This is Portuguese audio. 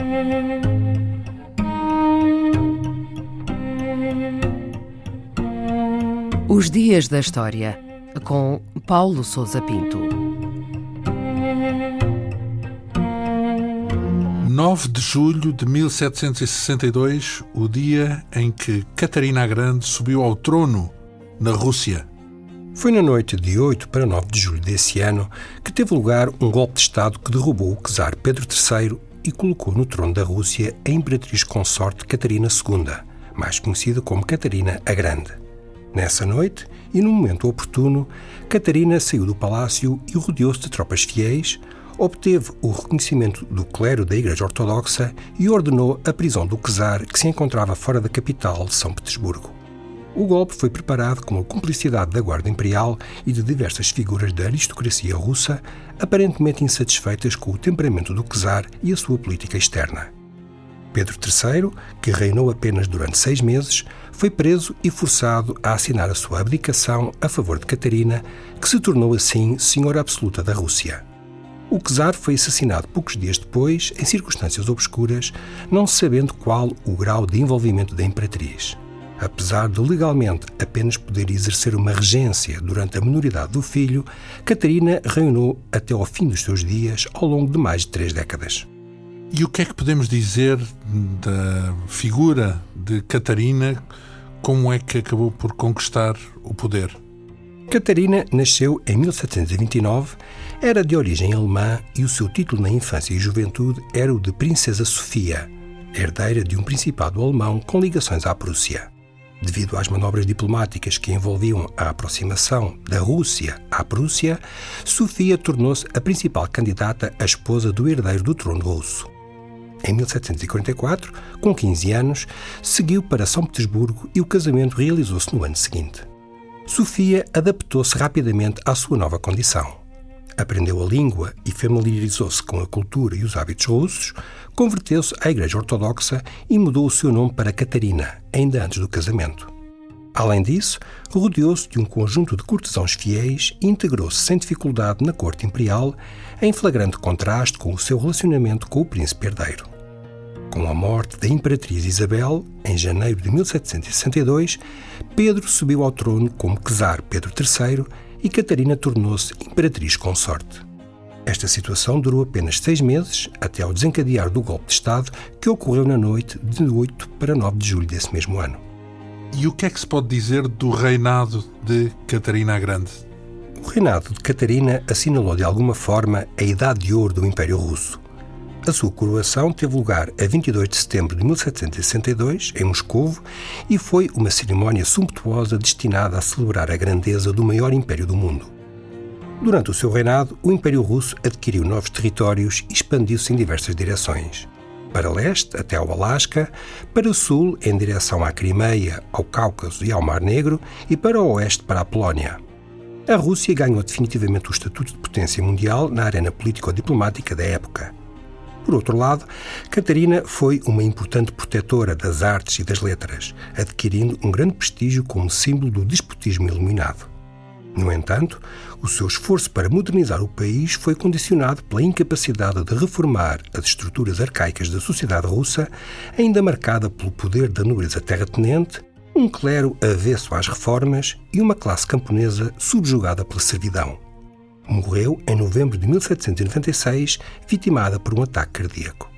Os Dias da História, com Paulo Sousa Pinto. 9 de julho de 1762, o dia em que Catarina a Grande subiu ao trono na Rússia. Foi na noite de 8 para 9 de julho desse ano que teve lugar um golpe de Estado que derrubou o czar Pedro III e colocou no trono da Rússia a imperatriz consorte Catarina II, mais conhecida como Catarina a Grande. Nessa noite, e no momento oportuno, Catarina saiu do palácio e rodeou-se de tropas fiéis, obteve o reconhecimento do clero da Igreja Ortodoxa e ordenou a prisão do czar que se encontrava fora da capital, São Petersburgo. O golpe foi preparado com a cumplicidade da Guarda Imperial e de diversas figuras da aristocracia russa, aparentemente insatisfeitas com o temperamento do czar e a sua política externa. Pedro III, que reinou apenas durante 6 meses, foi preso e forçado a assinar a sua abdicação a favor de Catarina, que se tornou assim senhora absoluta da Rússia. O czar foi assassinado poucos dias depois, em circunstâncias obscuras, não se sabendo qual o grau de envolvimento da imperatriz. Apesar de legalmente apenas poder exercer uma regência durante a minoridade do filho, Catarina reinou até ao fim dos seus dias, ao longo de mais de 3 décadas. E o que é que podemos dizer da figura de Catarina? Como é que acabou por conquistar o poder? Catarina nasceu em 1729, era de origem alemã e o seu título na infância e juventude era o de Princesa Sofia, herdeira de um principado alemão com ligações à Prússia. Devido às manobras diplomáticas que envolviam a aproximação da Rússia à Prússia, Sofia tornou-se a principal candidata à esposa do herdeiro do trono russo. Em 1744, com 15 anos, seguiu para São Petersburgo e o casamento realizou-se no ano seguinte. Sofia adaptou-se rapidamente à sua nova condição. Aprendeu a língua e familiarizou-se com a cultura e os hábitos russos, converteu-se à Igreja Ortodoxa e mudou o seu nome para Catarina, ainda antes do casamento. Além disso, rodeou-se de um conjunto de cortesãos fiéis e integrou-se sem dificuldade na corte imperial, em flagrante contraste com o seu relacionamento com o príncipe herdeiro. Com a morte da imperatriz Isabel, em janeiro de 1762, Pedro subiu ao trono como czar Pedro III e Catarina tornou-se imperatriz consorte. Esta situação durou apenas 6 meses, até ao desencadear do golpe de Estado que ocorreu na noite de 8 para 9 de julho desse mesmo ano. E o que é que se pode dizer do reinado de Catarina a Grande? O reinado de Catarina assinalou de alguma forma a Idade de Ouro do Império Russo. A sua coroação teve lugar a 22 de setembro de 1762, em Moscovo, e foi uma cerimónia sumptuosa destinada a celebrar a grandeza do maior império do mundo. Durante o seu reinado, o Império Russo adquiriu novos territórios e expandiu-se em diversas direções. Para leste, até ao Alasca, para o sul, em direção à Crimeia, ao Cáucaso e ao Mar Negro, e para o oeste, para a Polónia. A Rússia ganhou definitivamente o estatuto de potência mundial na arena político-diplomática da época. Por outro lado, Catarina foi uma importante protetora das artes e das letras, adquirindo um grande prestígio como símbolo do despotismo iluminado. No entanto, o seu esforço para modernizar o país foi condicionado pela incapacidade de reformar as estruturas arcaicas da sociedade russa, ainda marcada pelo poder da nobreza terratenente, um clero avesso às reformas e uma classe camponesa subjugada pela servidão. Morreu em novembro de 1796, vitimada por um ataque cardíaco.